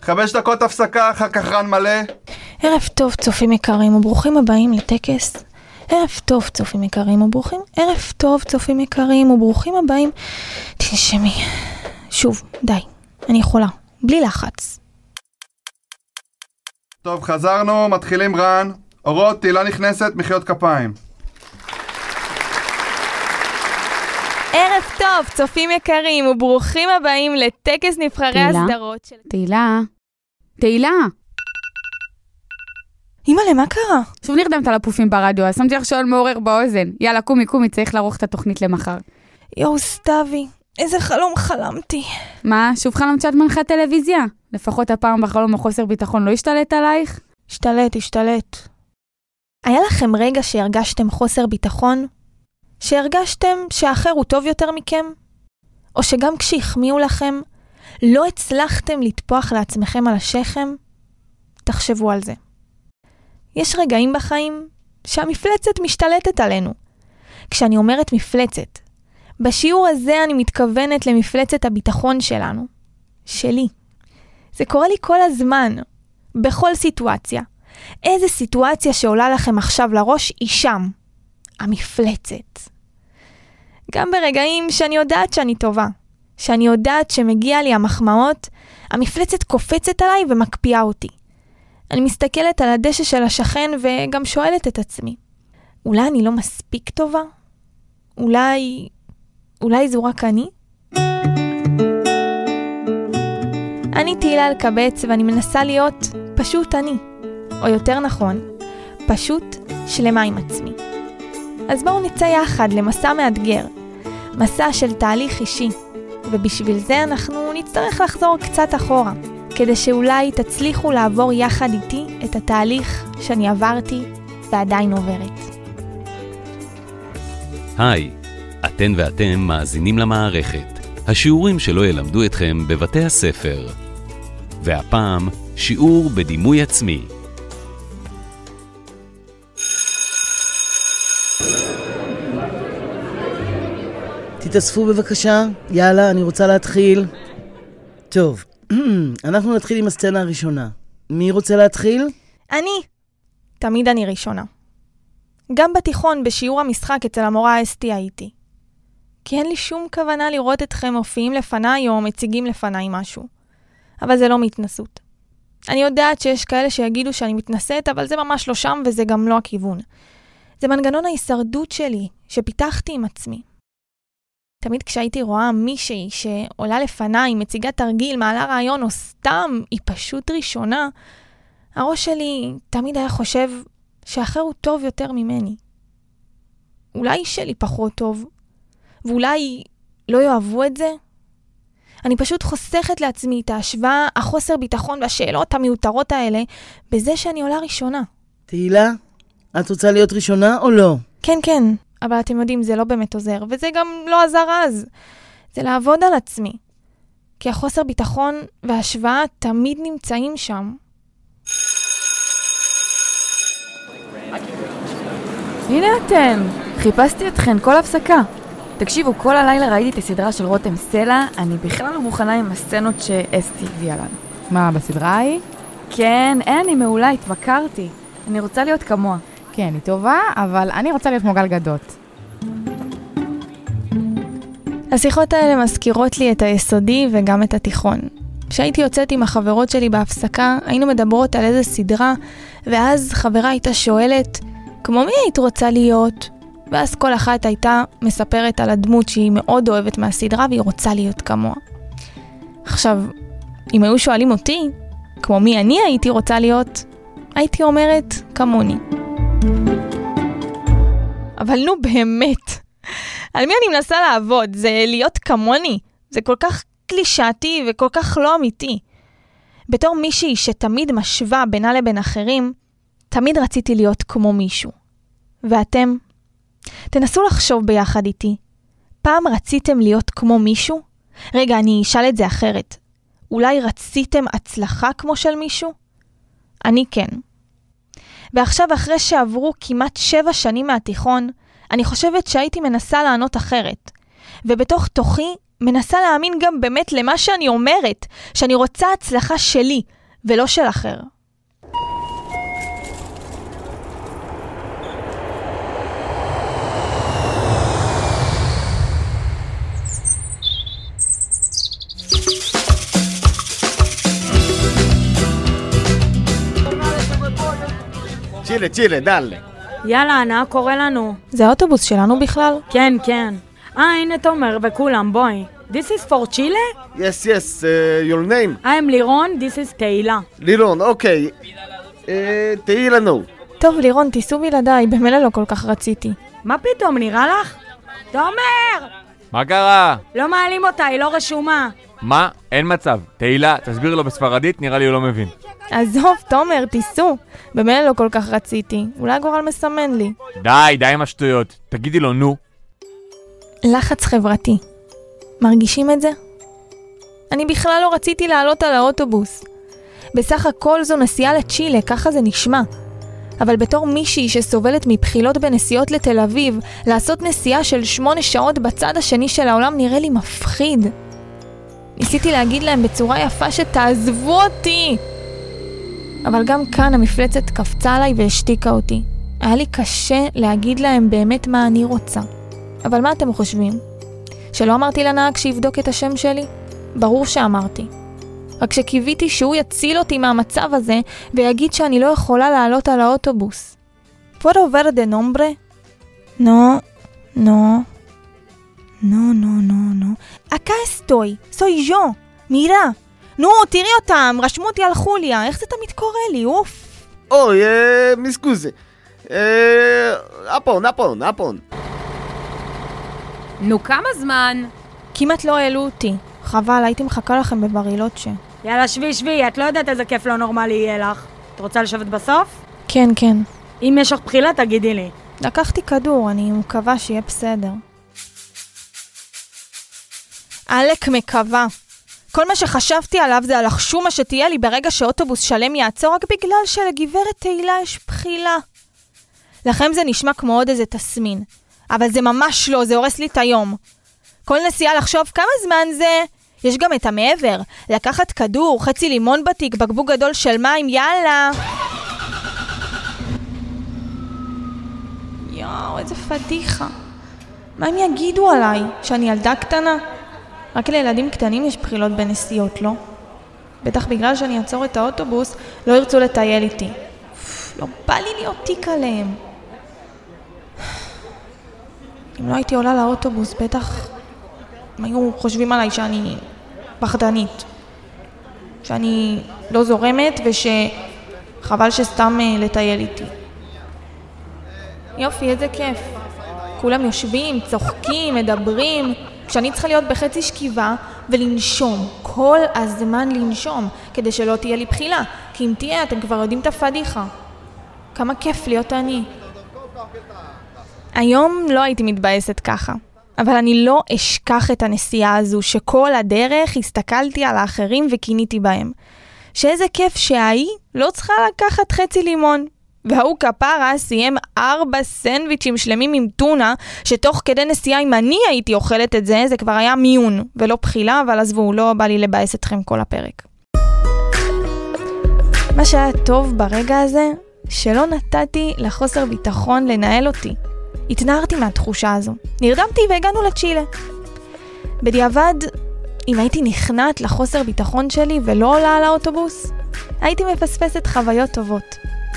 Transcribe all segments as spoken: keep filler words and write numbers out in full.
חמש דקות הפסקה, אחר כך רן מלא. ערב טוב צופים יקרים וברוכים הבאים לטקס. ערב טוב צופים יקרים וברוכים. ערב טוב צופים יקרים וברוכים הבאים. תנשמי. שוב, די. אני יכולה. בלי לחץ. טוב, חזרנו, מתחילים רן. אורות, תהילה נכנסת, מחיאות כפיים. ערב טוב צופים יקרים וברוכים הבאים לטקס נבחרי הסדרות של... תהילה. תהילה. אמא, למה קרה? שוב נרדמת על הפופים ברדיו, אז שמתי לך שואל מעורר באוזן. יאללה, קומי, קומי, צריך לערוך את התוכנית למחר. יואו, סתיוי, איזה חלום חלמתי. מה, שוב חלמת שאת מנחה טלוויזיה? לפחות הפעם בחלום החוסר ביטחון לא השתלט עלייך? השתלט, השתלט. היה לכם רגע שהרגשתם חוסר ביטחון? שהרגשתם שהאחר הוא טוב יותר מכם? או שגם כשהחמיאו לכם, לא הצלחתם לטפוח לעצמכם על השכם? תחשבו על זה. יש רגעים בחיים שהמפלצת משתלטת עלינו. כשאני אומרת מפלצת, בשיעור הזה אני מתכוונת למפלצת הביטחון שלנו. שלי. זה קורה לי כל הזמן, בכל סיטואציה. איזה סיטואציה שעולה לכם עכשיו לראש היא שם. המפלצת. גם ברגעים שאני יודעת שאני טובה, שאני יודעת שמגיע לי המחמאות, המפלצת קופצת עליי ומקפיאה אותי. אני מסתכלת על הדשא של השכן וגם שואלת את עצמי, אולי אני לא מספיק טובה? אולי, אולי זו רק אני? אני תהילה אלקבץ ואני מנסה להיות פשוט אני, או יותר נכון, פשוט שלמה עם עצמי. אז בואו נצא יחד למסע מאתגר, מסע של תהליך אישי, ובשביל זה אנחנו נצטרך לחזור קצת אחורה, כדי שאולי תצליחו לעבור יחד איתי את התהליך שאני עברתי ועדיין עוברת. היי, אתן ואתם מאזינים למערכת, השיעורים שלא ילמדו אתכם בבתי הספר. והפעם, שיעור בדימוי עצמי. תתאספו בבקשה, יאללה, אני רוצה להתחיל. טוב, אנחנו נתחיל עם הסצנה הראשונה. מי רוצה להתחיל? אני. תמיד אני ראשונה. גם בתיכון, בשיעור המשחק אצל המורה אסתי הייתי. כי אין לי שום כוונה לראות אתכם מופיעים לפניי או מציגים לפניי משהו. אבל זה לא מתנסות. אני יודעת שיש כאלה שיגידו שאני מתנסית, אבל זה ממש לא שם וזה גם לא הכיוון. זה מנגנון ההישרדות שלי, שפיתחתי עם עצמי. תמיד כשהייתי רואה מישהי שעולה לפניי, מציגה תרגיל, מעלה רעיון או סתם, היא פשוט ראשונה, הראש שלי תמיד היה חושב שאחר הוא טוב יותר ממני. אולי שלי פחות טוב, ואולי לא יאהבו את זה? אני פשוט חוסכת לעצמי את ההשוואה, החוסר ביטחון והשאלות המיותרות האלה, בזה שאני עולה ראשונה. תהילה, את רוצה להיות ראשונה או לא? כן, כן. אבל אתם יודעים, זה לא באמת עוזר, וזה גם לא עזר אז. זה לעבוד על עצמי. כי החוסר ביטחון וההשוואה תמיד נמצאים שם. הנה אתם, חיפשתי אתכן כל הפסקה. תקשיבו, כל הלילה ראיתי את הסדרה של רותם סלע, אני בכלל לא מוכנה עם הסצנות שאסתי הביאה לנו. מה, בסדרה היא? כן, אין, היא מעולה, התמכרתי. אני רוצה להיות כמוה. כן, היא טובה, אבל אני רוצה להיות כמו גל גדות. השיחות האלה מזכירות לי את היסודי וגם את התיכון. כשהייתי יוצאת עם החברות שלי בהפסקה, היינו מדברות על איזה סדרה, ואז חברה הייתה שואלת, כמו מי היית רוצה להיות? ואז כל אחת הייתה מספרת על הדמות שהיא מאוד אוהבת מהסדרה, והיא רוצה להיות כמוה. עכשיו, אם היו שואלים אותי, כמו מי אני הייתי רוצה להיות, הייתי אומרת כמוני. אבל נו באמת, על מי אני מנסה לעבוד? זה להיות כמוני. זה כל כך קלישאתי וכל כך לא אמיתי. בתור מישהי שתמיד משווה בינה לבין אחרים, תמיד רציתי להיות כמו מישהו. ואתם? תנסו לחשוב ביחד איתי. פעם רציתם להיות כמו מישהו? רגע, אני אשאל את זה אחרת. אולי רציתם הצלחה כמו של מישהו? אני כן. ועכשיו אחרי שעברו כמעט שבע שנים מהתיכון, אני חושבת שהייתי מנסה לענות אחרת. ובתוך תוכי מנסה להאמין גם באמת למה שאני אומרת, שאני רוצה הצלחה שלי, ולא של אחר. צ'ילה, צ'ילה, דלה. יאללה, נא קורא לנו. זה האוטובוס שלנו בכלל? כן, כן. אה, הנה תומר וכולם, בואי. This is for Chile? Yes, yes, uh, your name? I am לירון, this is תהילה. לירון, אוקיי. Uh, תהי לנו. טוב, לירון, תיסעו בלעדיי, במילא לא כל כך רציתי. מה פתאום, נראה לך? תומר! מה קרה? לא מעלים אותה, היא לא רשומה. מה? אין מצב. תהילה, תסביר לו בספרדית, נראה לי הוא לא מבין. עזוב, תומר, תיסעו. במילא לא כל כך רציתי. אולי הגורל מסמן לי. די, די עם השטויות. תגידי לו, נו. לחץ חברתי. מרגישים את זה? אני בכלל לא רציתי לעלות על האוטובוס. בסך הכל זו נסיעה לצ'ילה, ככה זה נשמע. אבל בתור מישהי שסובלת מבחילות בנסיעות לתל אביב, לעשות נסיעה של שמונה שעות בצד השני של העולם נראה לי מפחיד. ניסיתי להגיד להם בצורה יפה שתעזבו אותי. אבל גם כאן המפלצת קפצה עליי והשתיקה אותי. היה לי קשה להגיד להם באמת מה אני רוצה. אבל מה אתם חושבים? שלא אמרתי לנהג שיבדוק את השם שלי? ברור שאמרתי. רק שקיוויתי שהוא יציל אותי מהמצב הזה ויגיד שאני לא יכולה לעלות על האוטובוס. ¿Puedo ver de nombre? No, no, no, no, no, no. Acá estoy, soy yo. Mira. נו, תראי אותם, רשמו אותי על חוליה. איך זה תמיד קורה לי? אוף. אוי, מסקוזה. אפון, אפון, אפון. נו, כמה זמן? כמעט לא העלו אותי. חבל, הייתי מחכה לכם בברילוצ'ה. יאללה, שבי, שבי, את לא יודעת איזה כיף לא נורמלי יהיה לך. את רוצה לשבת בסוף? כן, כן. אם יש לך בחילה, תגידי לי. לקחתי כדור, אני מקווה שיהיה בסדר. אלק מקווה. כל מה שחשבתי עליו זה על החשומה שתהיה לי ברגע שאוטובוס שלם יעצור, רק בגלל שלגברת תהילה יש בחילה. לכם זה נשמע כמו עוד איזה תסמין. אבל זה ממש לא, זה הורס לי את היום. כל נסיעה לחשוב כמה זמן זה... יש גם את המעבר, לקחת כדור, חצי לימון בתיק, בקבוק גדול של מים, יאללה. יואו, איזה פדיחה. מה הם יגידו עליי? שאני ילדה קטנה? רק לילדים קטנים יש בחילות בנסיעות, לא? בטח בגלל שאני אעצור את האוטובוס, לא ירצו לטייל איתי. לא בא לי להיות תיק עליהם. אם לא הייתי עולה לאוטובוס, בטח הם היו חושבים עליי שאני פחדנית. שאני לא זורמת ושחבל שסתם לטייל איתי. יופי, איזה כיף. כולם יושבים, צוחקים, מדברים, כשאני צריכה להיות בחצי שכיבה ולנשום. כל הזמן לנשום, כדי שלא תהיה לי בחילה. כי אם תהיה, אתם כבר יודעים את הפדיחה. כמה כיף להיות אני. היום לא הייתי מתבאסת ככה. אבל אני לא אשכח את הנסיעה הזו, שכל הדרך הסתכלתי על האחרים וכיניתי בהם. שאיזה כיף שהיא לא צריכה לקחת חצי לימון. והוא כפרה סיים ארבע סנדוויצ'ים שלמים עם טונה, שתוך כדי נסיעה אם אני הייתי אוכלת את זה, זה כבר היה מיון, ולא בחילה, אבל עזבו, לא בא לי לבאס אתכם כל הפרק. מה שהיה טוב ברגע הזה, שלא נתתי לחוסר ביטחון לנהל אותי. התנערתי מהתחושה הזו. נרדמתי והגענו לצ'ילה. בדיעבד, אם הייתי נכנעת לחוסר ביטחון שלי ולא עולה על האוטובוס, הייתי מפספסת חוויות טובות.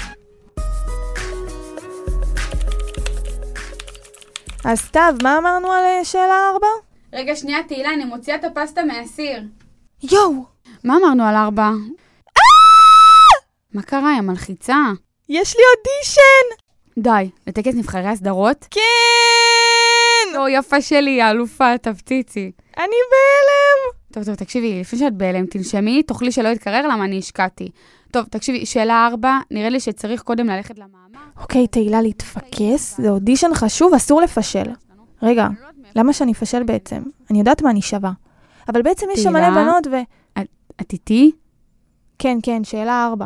אז סתיו, מה אמרנו על שאלה ארבע? רגע, שנייה, תהילה, אני מוציאה את הפסטה מהסיר. יואו! מה אמרנו על ארבע? מה קרה, יא מלחיצה? יש לי אודישן! די, לטקס נבחרי הסדרות? כן! או, יפה שלי, האלופה, תפציצי. אני בהלם! טוב, טוב, תקשיבי, לפני שאת בהלם, תנשמי, תוכלי שלא יתקרר למה אני השקעתי. טוב, תקשיבי, שאלה ארבע, נראה לי שצריך קודם ללכת למאמר. אוקיי, תהילה, להתפקס, זה אודישן חשוב, אסור לפשל. רגע, למה שאני אפשל בעצם? אני יודעת מה אני שווה. אבל בעצם יש שם מלא בנות ו... את איתי? כן, כן, שאלה ארבע.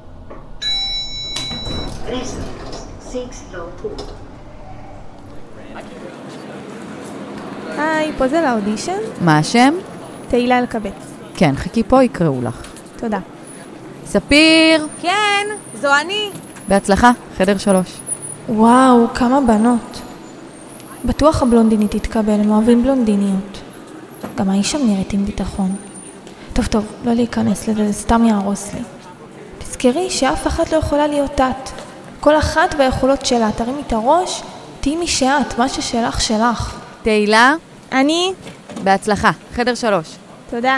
היי, פה זה לאודישן? מה השם? תהילה אלקבץ. כן, חכי פה, יקראו לך. תודה. ספיר! כן, זו אני. בהצלחה, חדר שלוש. וואו, כמה בנות. בטוח הבלונדינית תתקבל, הם אוהבים בלונדיניות. גם האיש שם נראית עם ביטחון. טוב טוב, לא להיכנס לזה, זה סתם יהרוס לי. תזכרי שאף אחת לא יכולה להיות את. כל אחת והיכולות שלה, תרימי את הראש, תהי מי שאת, מה ששלך שלך. תהילה? אני? בהצלחה, חדר שלוש. תודה.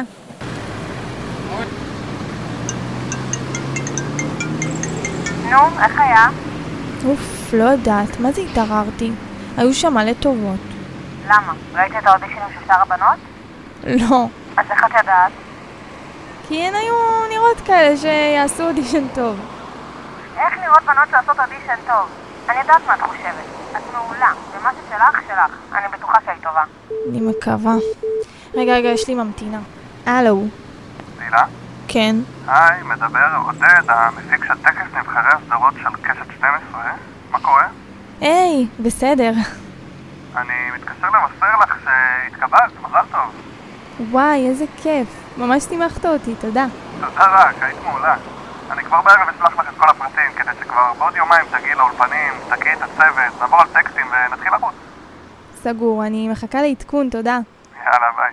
נו, איך היה? אוף, לא יודעת, מה זה התעררתי? היו שם מלא טובות. למה? ראית את האודישנים של שאר הבנות? לא. אז איך את יודעת? כי הן היו נראות כאלה שיעשו אודישן טוב. איך נראות בנות שעשות אודישן טוב? אני יודעת מה את חושבת. את מעולה, ומה ששלך, שלך. אני בטוחה שהיא טובה. אני מקווה. רגע, רגע, יש לי ממתינה. הלו. תהילה? כן. היי, מדבר עודד, המפיק של טקס נבחרי הסדרות של קשת שתים עשרה. מה קורה? היי, בסדר. אני מתקשר לבשר לך שהתקבלת, מזל טוב. וואי, איזה כיף. ממש שימחת אותי, תודה. תודה רק, היית מעולה. אני כבר בערב אשלח לך את כל הפרטים כדי שכבר בעוד יומיים תגיעי לאולפנים, תקריא את הצוות, נעבור על טקסטים ונתחיל לרוץ. סגור, אני מחכה לעדכון, תודה. יאללה, ביי.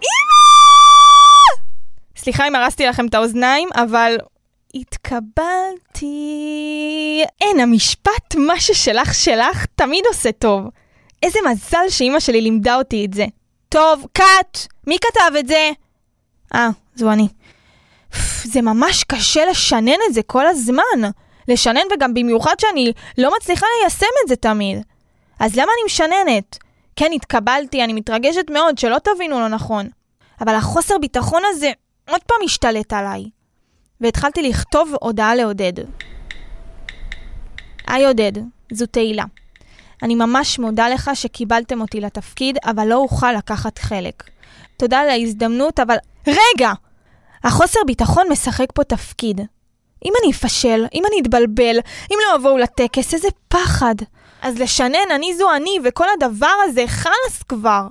אמא! סליחה אם הרסתי לכם את האוזניים, אבל התקבלתי. אין, המשפט מה ששלך שלך תמיד עושה טוב. איזה מזל שאמא שלי לימדה אותי את זה. טוב, קאט! מי כתב את זה? אה, זו אני. זה ממש קשה לשנן את זה כל הזמן. לשנן וגם במיוחד שאני לא מצליחה ליישם את זה תמיד. אז למה אני משננת? כן, התקבלתי, אני מתרגשת מאוד, שלא תבינו לא נכון. אבל החוסר ביטחון הזה עוד פעם השתלט עליי. והתחלתי לכתוב הודעה לעודד. היי עודד, זו תהילה. אני ממש מודה לך שקיבלתם אותי לתפקיד, אבל לא אוכל לקחת חלק. תודה על ההזדמנות, אבל... רגע! החוסר ביטחון משחק פה תפקיד. אם אני אפשל, אם אני אתבלבל, אם לא אבואו לטקס, איזה פחד. אז לשנן, אני זו אני, וכל הדבר הזה חלס כבר.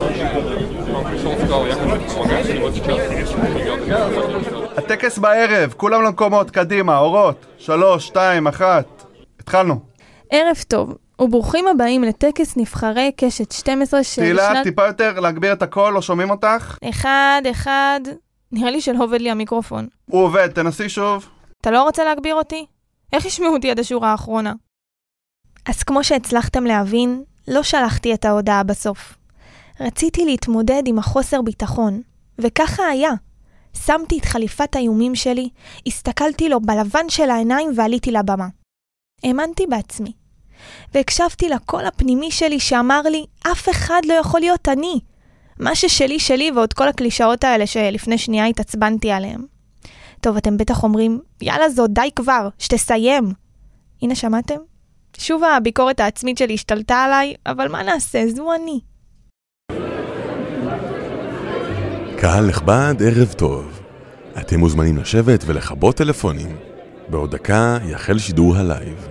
הטקס בערב, כולם למקומות, קדימה, אורות. שלוש, שתיים, אחת. התחלנו. ערב טוב, וברוכים הבאים לטקס נבחרי קשת שתים עשרה של תהילה, שנת... טיפה יותר להגביר את הקול, לא שומעים אותך? אחד, אחד... נראה לי שלא עובד לי המיקרופון. הוא עובד, תנסי שוב. אתה לא רוצה להגביר אותי? איך ישמעו אותי עד השורה האחרונה? אז כמו שהצלחתם להבין, לא שלחתי את ההודעה בסוף. רציתי להתמודד עם החוסר ביטחון, וככה היה. שמתי את חליפת האיומים שלי, הסתכלתי לו בלבן של העיניים ועליתי לבמה. האמנתי בעצמי, והקשבתי לקול הפנימי שלי שאמר לי, אף אחד לא יכול להיות אני. מה ששלי שלי ועוד כל הקלישאות האלה שלפני שנייה התעצבנתי עליהם. טוב, אתם בטח אומרים, יאללה זו, די כבר, שתסיים. הנה שמעתם? שוב הביקורת העצמית שלי השתלטה עליי, אבל מה נעשה? זו אני. קהל נכבד, ערב טוב. אתם מוזמנים לשבת ולחבות טלפונים. בעוד דקה יחל שידור הלייב.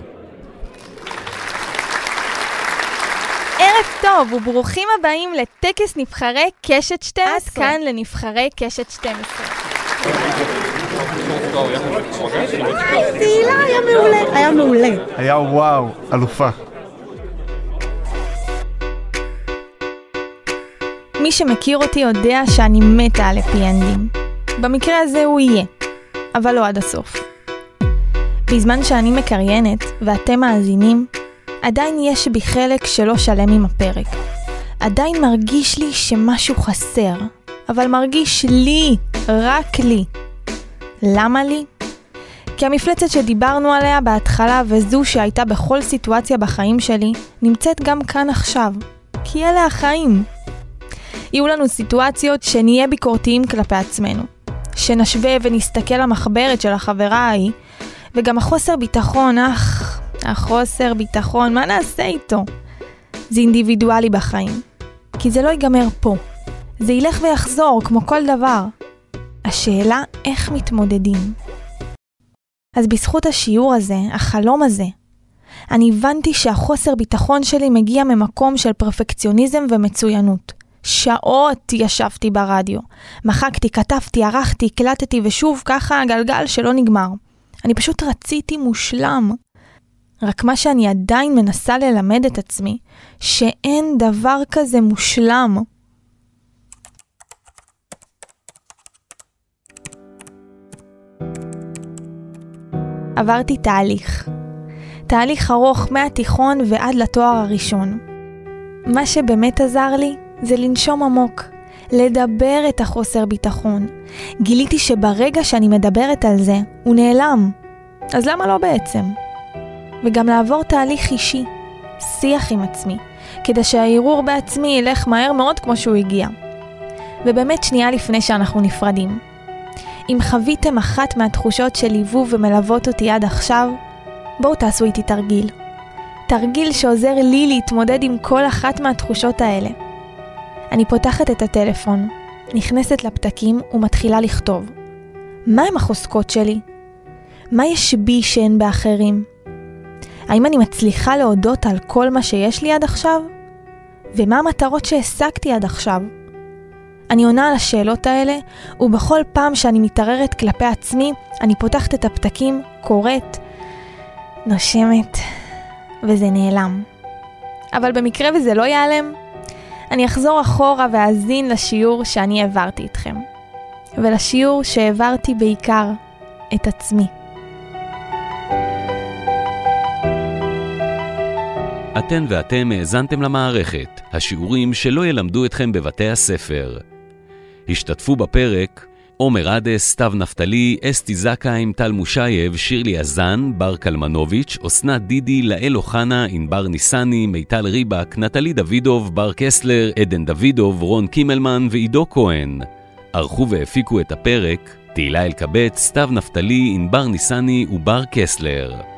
ערב טוב וברוכים הבאים לטקס נבחרי קשת שתים עשרה. עד כאן לנבחרי קשת שתים עשרה. תהילה, היה מעולה. היה מעולה. היה וואו, אלופה. מי שמכיר אותי יודע שאני מתה על הפי אנדים. במקרה הזה הוא יהיה, אבל לא עד הסוף. בזמן שאני מקריינת ואתם מאזינים, עדיין יש בי חלק שלא שלם עם הפרק. עדיין מרגיש לי שמשהו חסר, אבל מרגיש לי, רק לי. למה לי? כי המפלצת שדיברנו עליה בהתחלה וזו שהייתה בכל סיטואציה בחיים שלי, נמצאת גם כאן עכשיו. כי אלה החיים. יהיו לנו סיטואציות שנהיה ביקורתיים כלפי עצמנו. שנשווה ונסתכל למחברת של החברה ההיא, וגם החוסר ביטחון, אך, החוסר ביטחון, מה נעשה איתו? זה אינדיבידואלי בחיים. כי זה לא ייגמר פה. זה ילך ויחזור, כמו כל דבר. השאלה, איך מתמודדים? אז בזכות השיעור הזה, החלום הזה, אני הבנתי שהחוסר ביטחון שלי מגיע ממקום של פרפקציוניזם ומצוינות. שעות ישבתי ברדיו. מחקתי, כתבתי, ערכתי, הקלטתי, ושוב ככה הגלגל שלא נגמר. אני פשוט רציתי מושלם. רק מה שאני עדיין מנסה ללמד את עצמי, שאין דבר כזה מושלם. עברתי תהליך. תהליך ארוך מהתיכון ועד לתואר הראשון. מה שבאמת עזר לי זה לנשום עמוק, לדבר את החוסר ביטחון. גיליתי שברגע שאני מדברת על זה, הוא נעלם. אז למה לא בעצם? וגם לעבור תהליך אישי, שיח עם עצמי, כדי שהערעור בעצמי ילך מהר מאוד כמו שהוא הגיע. ובאמת שנייה לפני שאנחנו נפרדים. אם חוויתם אחת מהתחושות שליוו ומלוות אותי עד עכשיו, בואו תעשו איתי תרגיל. תרגיל שעוזר לי להתמודד עם כל אחת מהתחושות האלה. אני פותחת את הטלפון, נכנסת לפתקים ומתחילה לכתוב. מה הם החוזקות שלי? מה יש בי שאין באחרים? האם אני מצליחה להודות על כל מה שיש לי עד עכשיו? ומה המטרות שהשגתי עד עכשיו? אני עונה על השאלות האלה, ובכל פעם שאני מתערערת כלפי עצמי, אני פותחת את הפתקים, קוראת, נושמת, וזה נעלם. אבל במקרה וזה לא ייעלם, אני אחזור אחורה ואזין לשיעור שאני העברתי איתכם. ולשיעור שהעברתי בעיקר את עצמי. אתן ואתם האזנתם למערכת, השיעורים שלא ילמדו אתכם בבתי הספר. השתתפו בפרק עומר עדס, סתיו נפתלי, אסתי זקיים, טל מושייב, שירלי אזן, בר קלמנוביץ', אסנת דידי, לאל אוחנה, ענבר ניסני, מיטל ריבק, נטלי דוידוב, בר קסלר, עדן דוידוב, רון קימלמן ועידו כהן. ערכו והפיקו את הפרק תהילה אלקבץ, סתיו נפתלי, ענבר ניסני ובר קסלר.